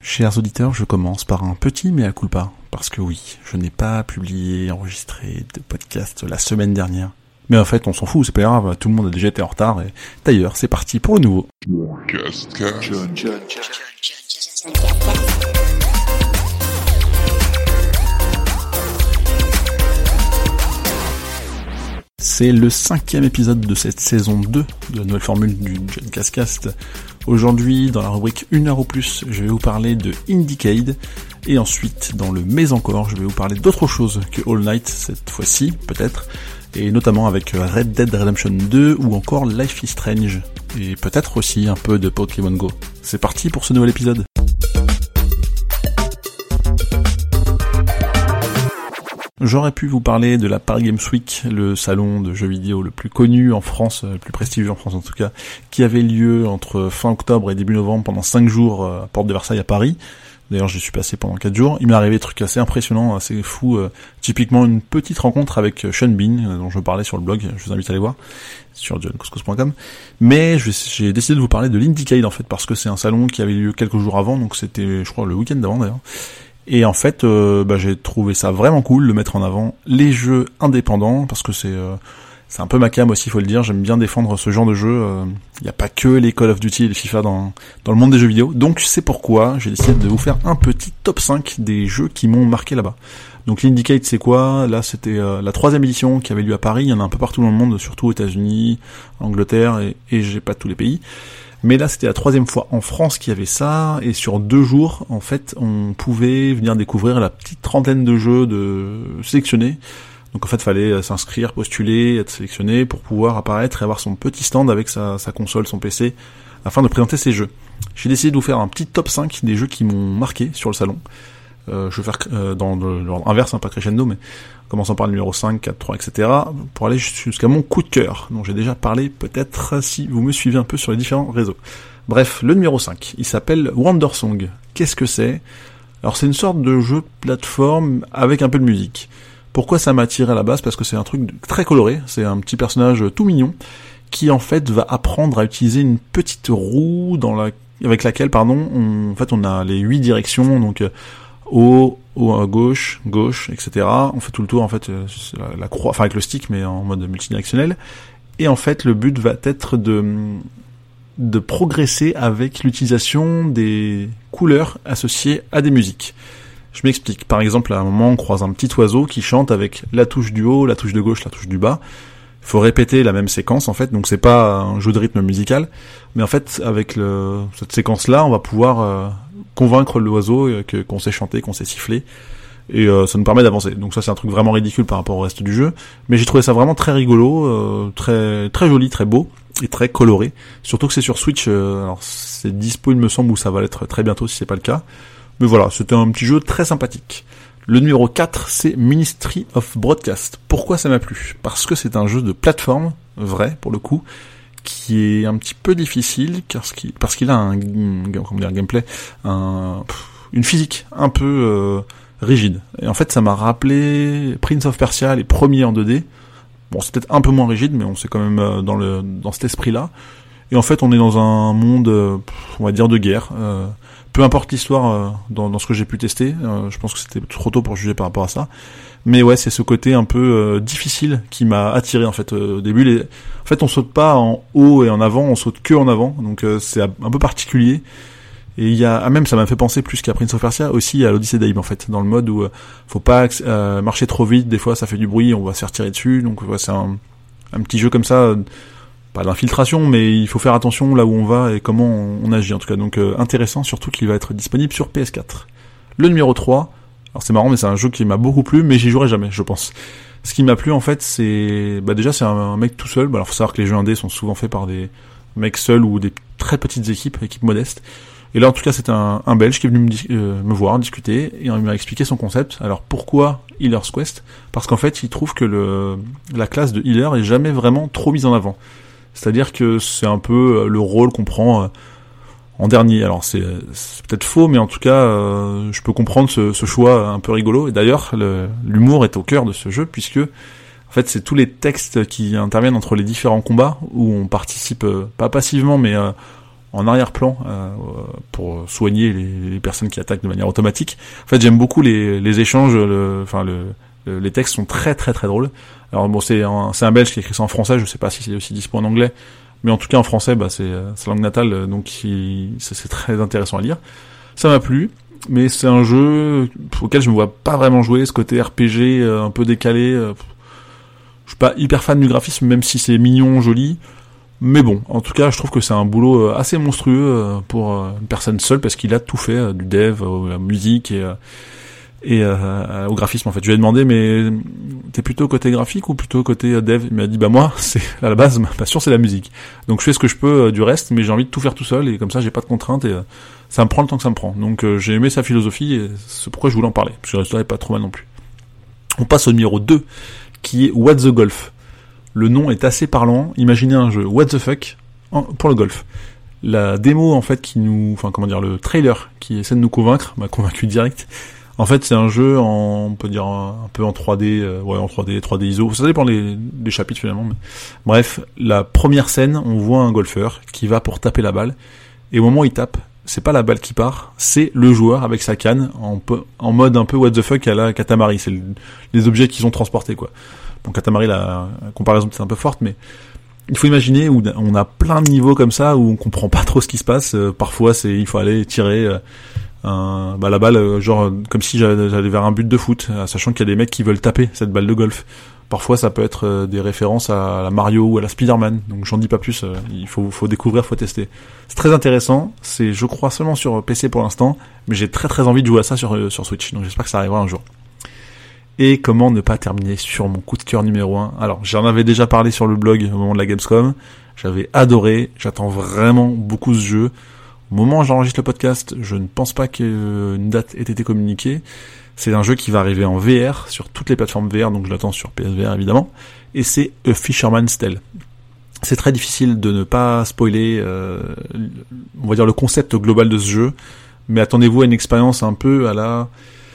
Chers auditeurs, je commence par un petit mea culpa, parce que oui, je n'ai pas publié, enregistré de podcast la semaine dernière. Mais en fait, on s'en fout, c'est pas grave, tout le monde a déjà été en retard, et d'ailleurs, c'est parti pour le nouveau. C'est le 5e épisode de cette saison 2 de la nouvelle formule du Johncast. Aujourd'hui, dans la rubrique 1 heure ou plus, je vais vous parler de Indiecade, et ensuite, dans le Mais encore, je vais vous parler d'autre chose que All Night, cette fois-ci, peut-être, et notamment avec Red Dead Redemption 2 ou encore Life is Strange, et peut-être aussi un peu de Pokémon Go. C'est parti pour ce nouvel épisode. J'aurais pu vous parler de la Paris Games Week, le salon de jeux vidéo le plus connu en France, le plus prestigieux en France en tout cas, qui avait lieu entre fin octobre et début novembre pendant 5 jours à Porte de Versailles à Paris. D'ailleurs, j'y suis passé pendant 4 jours. Il m'est arrivé des trucs assez impressionnants, assez fous. Typiquement, une petite rencontre avec Sean Bean, dont je parlais sur le blog. Je vous invite à aller voir sur johncast.com. Mais j'ai décidé de vous parler de l'Indiecade, en fait, parce que c'est un salon qui avait lieu quelques jours avant, donc c'était, je crois, le week-end d'avant, d'ailleurs. Et en fait, j'ai trouvé ça vraiment cool de mettre en avant les jeux indépendants, parce que c'est un peu ma came aussi, faut le dire. J'aime bien défendre ce genre de jeu. Il n'y a pas que les Call of Duty et les FIFA dans le monde des jeux vidéo. Donc c'est pourquoi j'ai décidé de vous faire un petit top 5 des jeux qui m'ont marqué là-bas. Donc l'Indiecade, c'est quoi ? Là, c'était la 3e édition qui avait lieu à Paris. Il y en a un peu partout dans le monde, surtout aux États-Unis, Angleterre, et j'ai pas tous les pays. Mais là, c'était la 3e fois en France qu'il y avait ça, et sur 2 jours, en fait, on pouvait venir découvrir la petite trentaine de jeux sélectionnés. Donc en fait, fallait s'inscrire, postuler, être sélectionné pour pouvoir apparaître et avoir son petit stand avec sa console, son PC, afin de présenter ses jeux. J'ai décidé de vous faire un petit top 5 des jeux qui m'ont marqué sur le salon. Je vais faire dans l'ordre inverse, pas crescendo, mais commençant par le numéro 5, 4, 3, etc., pour aller jusqu'à mon coup de cœur, dont j'ai déjà parlé peut-être si vous me suivez un peu sur les différents réseaux. Bref, le numéro 5, il s'appelle Wandersong. Qu'est-ce que c'est ? Alors c'est une sorte de jeu plateforme avec un peu de musique. Pourquoi ça m'a attiré à la base ? Parce que c'est un truc très coloré, c'est un petit personnage tout mignon, qui en fait va apprendre à utiliser une petite roue avec laquelle, on a les 8 directions, donc haut à gauche, etc. On fait tout le tour, en fait, la croix, enfin avec le stick, mais en mode multidirectionnel. Et en fait, le but va être de progresser avec l'utilisation des couleurs associées à des musiques. Je m'explique. Par exemple, à un moment, on croise un petit oiseau qui chante avec la touche du haut, la touche de gauche, la touche du bas. Il faut répéter la même séquence, en fait. Donc c'est pas un jeu de rythme musical, mais en fait, avec cette séquence-là, on va pouvoir convaincre l'oiseau qu'on sait chanter, qu'on sait siffler, et ça nous permet d'avancer. Donc ça, c'est un truc vraiment ridicule par rapport au reste du jeu, mais j'ai trouvé ça vraiment très rigolo, très très joli, très beau et très coloré. Surtout que c'est sur Switch. Alors c'est dispo, il me semble, ou ça va l'être très bientôt si c'est pas le cas. Mais voilà, c'était un petit jeu très sympathique. Le numéro 4, c'est Ministry of Broadcast. Pourquoi ça m'a plu ? Parce que c'est un jeu de plateforme, vrai, pour le coup, qui est un petit peu difficile, parce qu'il a un gameplay, une physique un peu rigide. Et en fait, ça m'a rappelé Prince of Persia, les premiers en 2D. Bon, c'est peut-être un peu moins rigide, mais on sait quand même dans cet esprit-là. Et en fait, on est dans un monde, on va dire, de guerre. Peu importe l'histoire dans ce que j'ai pu tester, je pense que c'était trop tôt pour juger par rapport à ça. Mais ouais, c'est ce côté un peu difficile qui m'a attiré en fait au début. En fait, on saute pas en haut et en avant, on saute que en avant, donc c'est un peu particulier. Et il y a même, ça m'a fait penser plus qu'à Prince of Persia, aussi à l'Odyssey d'Aïm en fait, dans le mode où faut pas marcher trop vite, des fois ça fait du bruit, on va se faire tirer dessus, donc ouais, c'est un petit jeu comme ça. Pas d'infiltration, mais il faut faire attention là où on va et comment on agit en tout cas. Donc intéressant, surtout qu'il va être disponible sur PS4. Le numéro 3, alors c'est marrant, mais c'est un jeu qui m'a beaucoup plu, mais j'y jouerai jamais, je pense. Ce qui m'a plu en fait, c'est déjà c'est un mec tout seul. Alors faut savoir que les jeux indés sont souvent faits par des mecs seuls ou des très petites équipes modestes. Et là en tout cas c'est un Belge qui est venu me voir, discuter, et il m'a expliqué son concept. Alors pourquoi Healer's Quest ? Parce qu'en fait il trouve que la classe de healer est jamais vraiment trop mise en avant. C'est-à-dire que c'est un peu le rôle qu'on prend en dernier. Alors c'est peut-être faux, mais en tout cas, je peux comprendre ce choix un peu rigolo. Et d'ailleurs, l'humour est au cœur de ce jeu, puisque en fait, c'est tous les textes qui interviennent entre les différents combats, où on participe, pas passivement, mais en arrière-plan pour soigner les personnes qui attaquent de manière automatique. En fait, j'aime beaucoup les échanges, les textes sont très très très drôles. Alors bon, c'est un Belge qui a écrit ça en français, je sais pas si c'est aussi dispo en anglais, mais en tout cas en français, c'est sa langue natale, donc c'est très intéressant à lire. Ça m'a plu, mais c'est un jeu auquel je me vois pas vraiment jouer, ce côté RPG un peu décalé. Je suis pas hyper fan du graphisme, même si c'est mignon, joli. Mais bon, en tout cas, je trouve que c'est un boulot assez monstrueux pour une personne seule, parce qu'il a tout fait, du dev, à la musique et au graphisme. En fait, je lui ai demandé, mais t'es plutôt côté graphique ou plutôt côté dev? Il m'a dit, moi, c'est à la base, ma passion, c'est la musique. Donc je fais ce que je peux du reste, mais j'ai envie de tout faire tout seul, et comme ça, j'ai pas de contraintes, et ça me prend le temps que ça me prend. Donc j'ai aimé sa philosophie, et c'est pourquoi je voulais en parler, parce que le résultat est pas trop mal non plus. On passe au numéro 2, qui est What the Golf. Le nom est assez parlant. Imaginez un jeu What the fuck pour le golf. La démo, en fait, le trailer qui essaie de nous convaincre, m'a convaincu direct. En fait, c'est un jeu on peut dire un peu en 3D, en 3D ISO. Ça dépend des chapitres finalement. Mais... Bref, la première scène, on voit un golfeur qui va pour taper la balle. Et au moment où il tape, c'est pas la balle qui part, c'est le joueur avec sa canne, en mode un peu what the fuck à la Katamari. C'est les objets qu'ils ont transportés, quoi. Bon, Katamari, la comparaison c'est un peu forte, mais il faut imaginer où on a plein de niveaux comme ça, où on comprend pas trop ce qui se passe. Parfois, il faut aller tirer la balle, genre comme si j'allais vers un but de foot, sachant qu'il y a des mecs qui veulent taper cette balle de golf. Parfois, ça peut être des références à la Mario ou à la Spider-Man. Donc, j'en dis pas plus. Il faut découvrir, faut tester. C'est très intéressant. C'est, je crois, seulement sur PC pour l'instant, mais j'ai très très envie de jouer à ça sur Switch. Donc, j'espère que ça arrivera un jour. Et comment ne pas terminer sur mon coup de cœur numéro 1. Alors, j'en avais déjà parlé sur le blog au moment de la Gamescom. J'avais adoré. J'attends vraiment beaucoup ce jeu. Au moment où j'enregistre le podcast, je ne pense pas qu'une date ait été communiquée. C'est un jeu qui va arriver en VR sur toutes les plateformes VR, donc je l'attends sur PSVR évidemment. Et c'est A Fisherman's Tale. C'est très difficile de ne pas spoiler, on va dire le concept global de ce jeu. Mais attendez-vous à une expérience un peu à la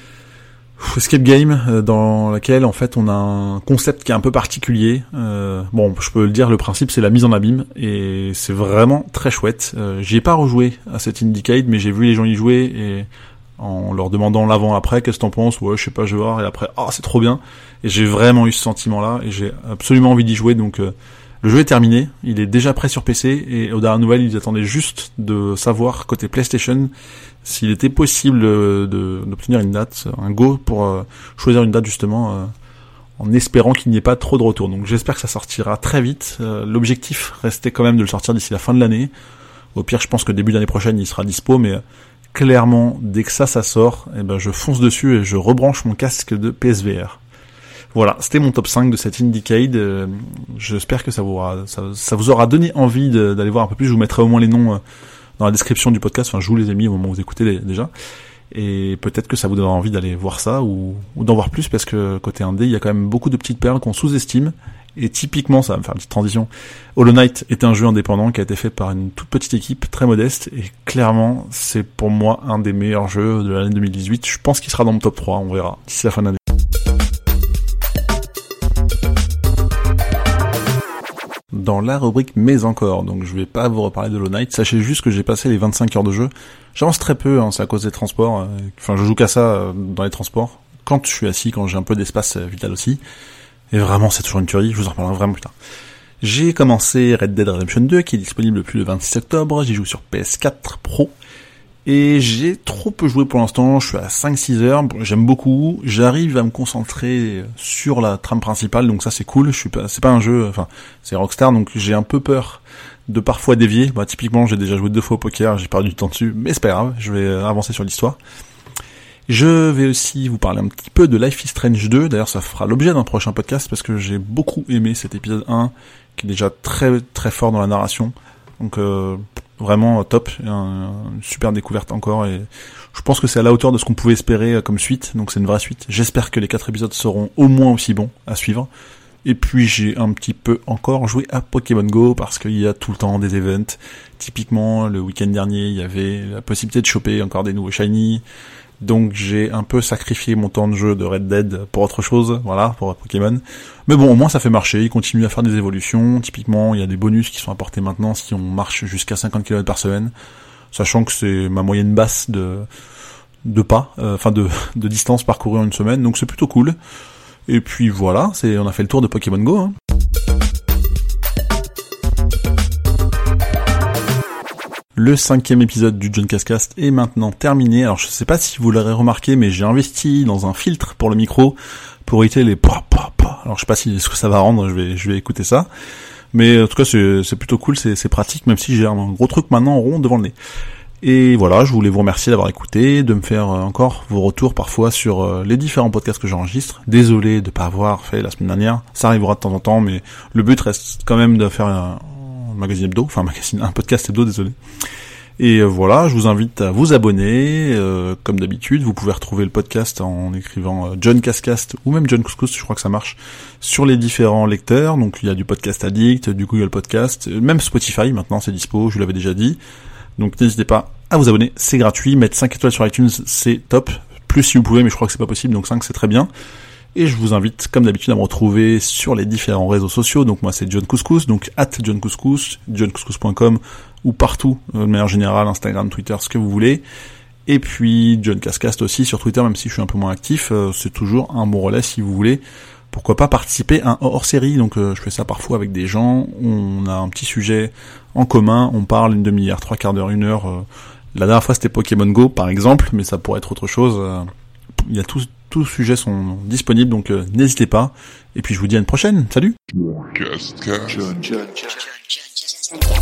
escape game, dans laquelle en fait on a un concept qui est un peu particulier. Je peux le dire, le principe c'est la mise en abîme et c'est vraiment très chouette. J'y ai pas rejoué à cet Indiecade, mais j'ai vu les gens y jouer et en leur demandant l'avant-après, qu'est-ce que t'en penses? Ouais, je sais pas, je vais voir, et après, c'est trop bien. Et j'ai vraiment eu ce sentiment-là, et j'ai absolument envie d'y jouer, donc le jeu est terminé, il est déjà prêt sur PC, et aux dernières nouvelles, ils attendaient juste de savoir, côté PlayStation, s'il était possible d'obtenir une date, un go, pour choisir une date justement, en espérant qu'il n'y ait pas trop de retour. Donc j'espère que ça sortira très vite. L'objectif restait quand même de le sortir d'ici la fin de l'année. Au pire, je pense que début d'année prochaine, il sera dispo, mais clairement, dès que ça sort, je fonce dessus et je rebranche mon casque de PSVR. Voilà, c'était mon top 5 de cet Indiecade. J'espère que ça vous aura donné envie d'aller voir un peu plus. Je vous mettrai au moins les noms dans la description du podcast. Enfin, je vous les ai mis au moment où vous écoutez déjà. Et peut-être que ça vous donnera envie d'aller voir ça ou d'en voir plus, parce que côté indé, il y a quand même beaucoup de petites perles qu'on sous-estime. Et typiquement, ça va me faire une petite transition, Hollow Knight est un jeu indépendant qui a été fait par une toute petite équipe, très modeste, et clairement, c'est pour moi un des meilleurs jeux de l'année 2018. Je pense qu'il sera dans mon top 3, on verra, d'ici la fin de l'année. Dans la rubrique mais encore, donc je vais pas vous reparler de Hollow Knight, sachez juste que j'ai passé les 25 heures de jeu. J'avance très peu, c'est à cause des transports, je joue qu'à ça dans les transports, quand je suis assis, quand j'ai un peu d'espace vital aussi. Et vraiment, c'est toujours une tuerie, je vous en reparlerai vraiment plus tard. J'ai commencé Red Dead Redemption 2, qui est disponible depuis le 26 octobre, j'y joue sur PS4 Pro, et j'ai trop peu joué pour l'instant, je suis à 5-6 heures, j'aime beaucoup, j'arrive à me concentrer sur la trame principale, donc ça c'est cool, c'est pas un jeu, c'est Rockstar, donc j'ai un peu peur de parfois dévier. Typiquement, j'ai déjà joué 2 fois au poker, j'ai perdu du temps dessus, mais c'est pas grave, je vais avancer sur l'histoire. Je vais aussi vous parler un petit peu de Life is Strange 2, d'ailleurs ça fera l'objet d'un prochain podcast parce que j'ai beaucoup aimé cet épisode 1, qui est déjà très très fort dans la narration, donc vraiment top, une super découverte encore, et je pense que c'est à la hauteur de ce qu'on pouvait espérer comme suite, donc c'est une vraie suite. J'espère que les 4 épisodes seront au moins aussi bons à suivre. Et puis j'ai un petit peu encore joué à Pokémon Go, parce qu'il y a tout le temps des events. Typiquement, le week-end dernier, il y avait la possibilité de choper encore des nouveaux shiny. Donc j'ai un peu sacrifié mon temps de jeu de Red Dead pour autre chose, voilà, pour Pokémon. Mais bon, au moins ça fait marcher, il continue à faire des évolutions. Typiquement, il y a des bonus qui sont apportés maintenant si on marche jusqu'à 50 km par semaine, sachant que c'est ma moyenne basse de pas, de distance parcourue en une semaine, donc c'est plutôt cool. Et puis voilà, on a fait le tour de Pokémon Go, hein. Le 5e épisode du Johncast est maintenant terminé. Alors je sais pas si vous l'aurez remarqué, mais j'ai investi dans un filtre pour le micro pour éviter les pa. Alors je sais pas ce que ça va rendre, je vais écouter ça. Mais en tout cas c'est plutôt cool, c'est pratique, même si j'ai un gros truc maintenant en rond devant le nez. Et voilà, je voulais vous remercier d'avoir écouté, de me faire encore vos retours parfois sur les différents podcasts que j'enregistre. Désolé de pas avoir fait la semaine dernière, ça arrivera de temps en temps, mais le but reste quand même de faire un podcast hebdo, désolé. Et voilà, je vous invite à vous abonner, comme d'habitude. Vous pouvez retrouver le podcast en écrivant John Cascast ou même John Couscous, je crois que ça marche, sur les différents lecteurs. Donc il y a du Podcast Addict, du Google Podcast, même Spotify maintenant c'est dispo, je vous l'avais déjà dit. Donc n'hésitez pas à vous abonner, c'est gratuit. Mettre 5 étoiles sur iTunes, c'est top. Plus si vous pouvez, mais je crois que c'est pas possible, donc 5 c'est très bien. Et je vous invite, comme d'habitude, à me retrouver sur les différents réseaux sociaux. Donc moi, c'est John Couscous, donc @JohnCouscous, johncouscous.com, ou partout, de manière générale, Instagram, Twitter, ce que vous voulez. Et puis, John Cascast aussi sur Twitter, même si je suis un peu moins actif, c'est toujours un bon relais si vous voulez. Pourquoi pas participer à un hors-série. Donc je fais ça parfois avec des gens, on a un petit sujet en commun, on parle une demi-heure, 3/4 d'heure, 1 heure. La dernière fois, c'était Pokémon Go, par exemple, mais ça pourrait être autre chose. Il y a tous sujets sont disponibles, donc n'hésitez pas. Et puis je vous dis à une prochaine. Salut.